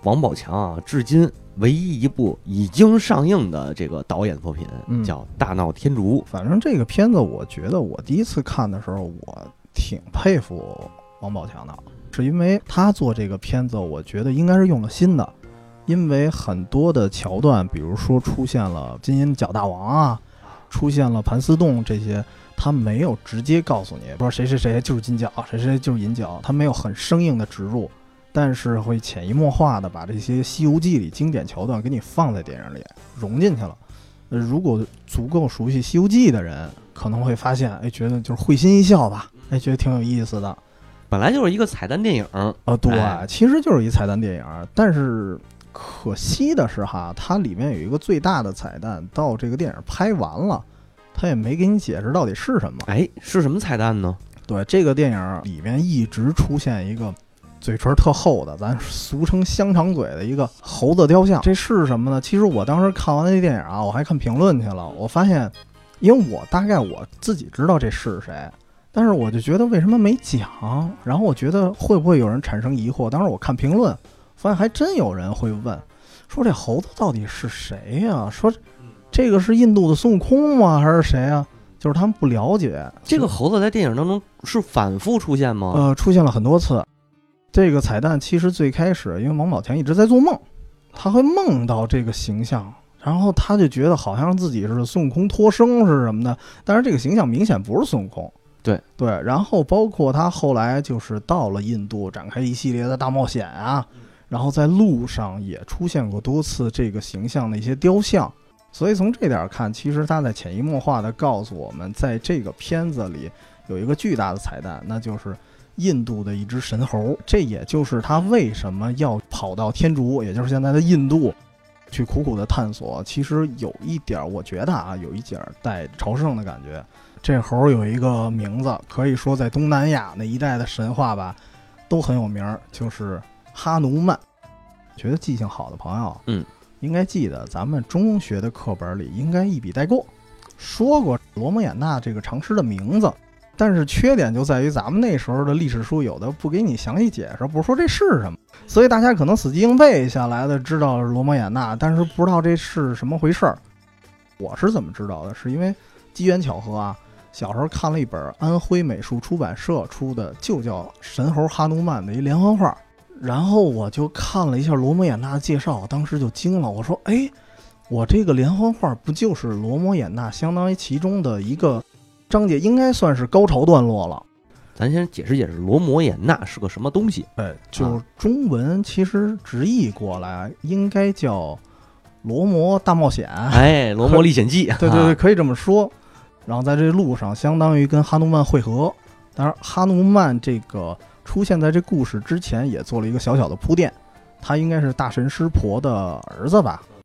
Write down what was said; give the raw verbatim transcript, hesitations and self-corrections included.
王宝强啊，至今唯一一部已经上映的这个导演作品， 嗯、 叫《大闹天竺》。 反正这个片子，我觉得我第一次看的时候，我挺佩服王宝强的，是因为他做这个片子，我觉得应该是用了心的。因为很多的桥段，比如说出现了金银角大王啊，出现了盘丝洞这些，他没有直接告诉你说谁谁谁就是金角，谁谁就是银角，他没有很生硬的植入，但是会潜移默化的把这些《西游记》里经典桥段给你放在电影里融进去了。如果足够熟悉《西游记》的人，可能会发现，哎，觉得就是会心一笑吧，哎，觉得挺有意思的。 本来就是一个彩蛋电影啊、 呃，对、哎，其实就是一彩蛋电影，但是可惜的是哈，它里面有一个最大的彩蛋，到这个电影拍完了，它也没给你解释到底是什么。 哎，是什么彩蛋呢？ 对，这个电影里面一直出现一个嘴唇特厚的，咱俗称香肠嘴的一个猴子雕像。这是什么呢？其实我当时看完那电影啊，我还看评论去了，我发现，因为我大概我自己知道这是谁，但是我就觉得为什么没讲？然后我觉得会不会有人产生疑惑？当时我看评论，发现还真有人会问，说这猴子到底是谁呀？说这个是印度的孙悟空吗？还是谁啊？就是他们不了解。 这个猴子在电影当中是反复出现吗？ 呃，出现了很多次。这个彩蛋其实最开始，因为王宝强一直在做梦，他会梦到这个形象，然后他就觉得好像自己是孙悟空托生是什么的，但是这个形象明显不是孙悟空。 对对，然后包括他后来就是到了印度，展开一系列的大冒险啊，然后在路上也出现过多次这个形象的一些雕像，所以从这点看，其实他在潜移默化的告诉我们，在这个片子里有一个巨大的彩蛋，那就是印度的一只神猴，这也就是他为什么要跑到天竺，也就是现在的印度，去苦苦的探索。其实有一点，我觉得啊，有一点带朝圣的感觉。这猴有一个名字，可以说在东南亚那一带的神话吧，都很有名，就是哈努曼。觉得记性好的朋友， 嗯， 应该记得咱们中学的课本里应该一笔带过，说过罗摩衍那这个长诗的名字。但是缺点就在于咱们那时候的历史书有的不给你详细解释，不说这是什么，所以大家可能死记硬背下来的知道罗摩衍那，但是不知道这是什么回事儿。我是怎么知道的？是因为机缘巧合啊，小时候看了一本安徽美术出版社出的，就叫《神猴哈努曼》的一连环画，然后我就看了一下罗摩衍那的介绍，当时就惊了，我说，哎，我这个连环画不就是罗摩衍那相当于其中的一个章节，应该算是高潮段落了。 咱先解释解释罗摩衍那是个什么东西。 哎，就中文其实直译过来应该叫罗摩大冒险， 哎，罗摩历险记。 对对对，可以这么说。然后在这路上相当于跟哈努曼会合，当然哈努曼这个出现在这故事之前也做了一个小小的铺垫，他应该是大神湿婆的儿子吧，